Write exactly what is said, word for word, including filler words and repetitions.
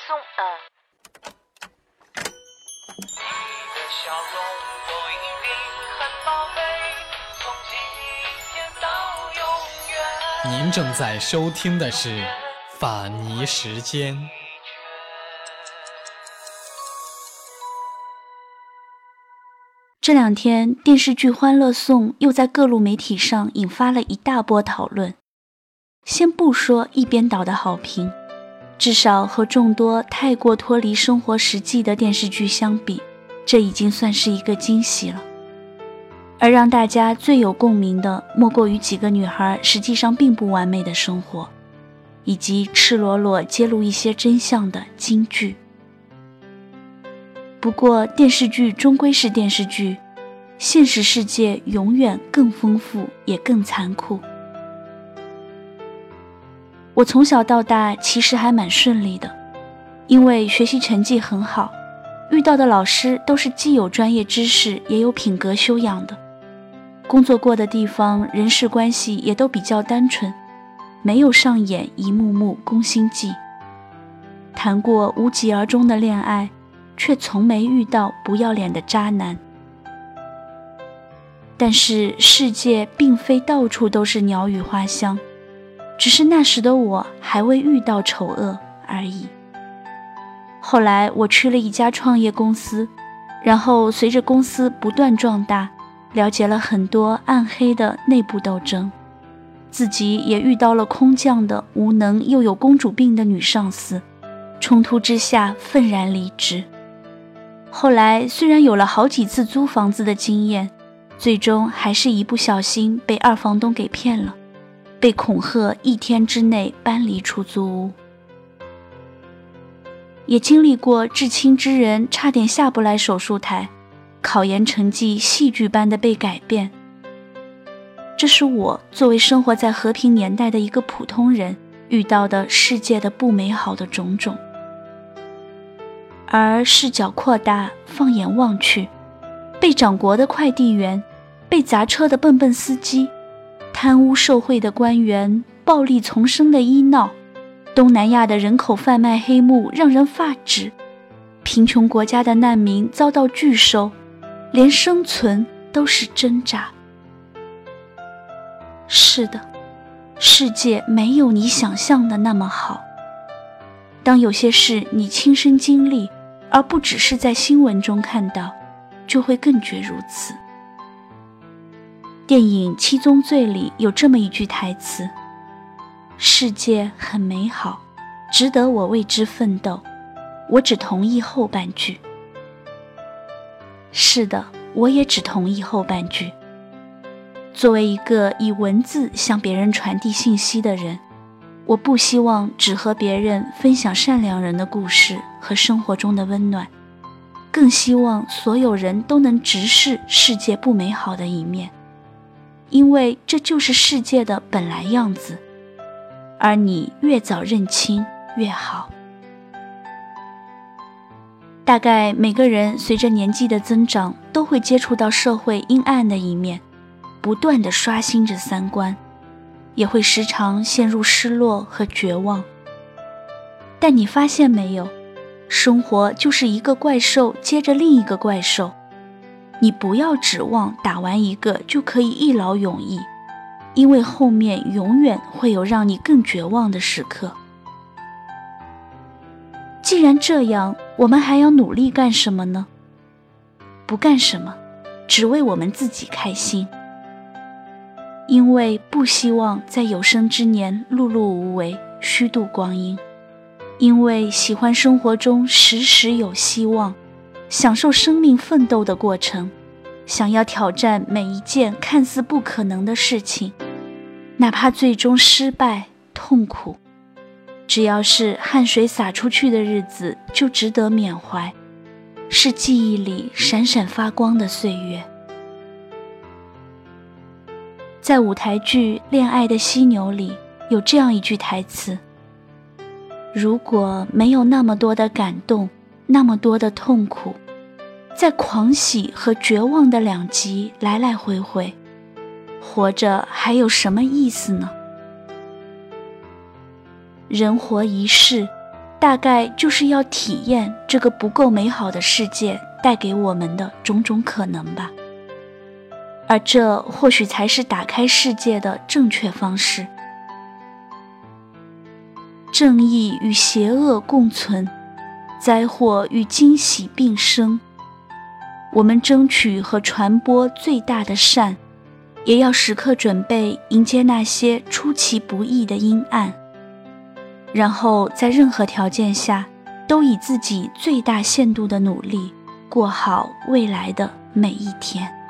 送呃。 你的笑容都一定很宝贝，从今天到永远。 您正在收听的是法尼时间。 这两天电视剧《欢乐颂》又在各路媒体上引发了一大波讨论。先不说一边倒的好评，至少和众多太过脱离生活实际的电视剧相比，这已经算是一个惊喜了。而让大家最有共鸣的，莫过于几个女孩实际上并不完美的生活，以及赤裸裸揭露一些真相的金句。不过电视剧终归是电视剧，现实世界永远更丰富也更残酷。我从小到大其实还蛮顺利的，因为学习成绩很好，遇到的老师都是既有专业知识也有品格修养的，工作过的地方人事关系也都比较单纯，没有上演一幕幕宫心计。谈过无疾而终的恋爱，却从没遇到不要脸的渣男。但是世界并非到处都是鸟语花香，只是那时的我还未遇到丑恶而已。后来我去了一家创业公司，然后随着公司不断壮大，了解了很多暗黑的内部斗争，自己也遇到了空降的无能又有公主病的女上司，冲突之下愤然离职。后来虽然有了好几次租房子的经验，最终还是一不小心被二房东给骗了，被恐吓一天之内搬离出租屋。也经历过至亲之人差点下不来手术台，考研成绩戏剧般的被改变。这是我作为生活在和平年代的一个普通人遇到的世界的不美好的种种。而视角扩大，放眼望去，被掌掴的快递员，被砸车的笨笨司机，贪污受贿的官员，暴力丛生的医闹，东南亚的人口贩卖黑幕让人发指，贫穷国家的难民遭到拒收，连生存都是挣扎。是的，世界没有你想象的那么好。当有些事你亲身经历，而不只是在新闻中看到，就会更觉如此。电影《七宗罪》里有这么一句台词：世界很美好，值得我为之奋斗，我只同意后半句。是的，我也只同意后半句。作为一个以文字向别人传递信息的人，我不希望只和别人分享善良人的故事和生活中的温暖，更希望所有人都能直视世界不美好的一面，因为这就是世界的本来样子，而你越早认清越好。大概每个人随着年纪的增长，都会接触到社会阴暗的一面，不断地刷新着三观，也会时常陷入失落和绝望。但你发现没有，生活就是一个怪兽接着另一个怪兽，你不要指望打完一个就可以一劳永逸，因为后面永远会有让你更绝望的时刻。既然这样，我们还要努力干什么呢？不干什么，只为我们自己开心。因为不希望在有生之年碌碌无为，虚度光阴，因为喜欢生活中时时有希望，享受生命奋斗的过程，想要挑战每一件看似不可能的事情，哪怕最终失败痛苦，只要是汗水洒出去的日子就值得缅怀，是记忆里闪闪发光的岁月。在舞台剧《恋爱的犀牛》里有这样一句台词：如果没有那么多的感动，那么多的痛苦，在狂喜和绝望的两极来来回回，活着还有什么意思呢？人活一世， 大概就是要体验这个不够美好的世界带给我们的种种可能吧。而这或许才是打开世界的正确方式。正义与邪恶共存，灾祸与惊喜并生。我们争取和传播最大的善，也要时刻准备迎接那些出其不意的阴暗，然后在任何条件下都以自己最大限度的努力过好未来的每一天。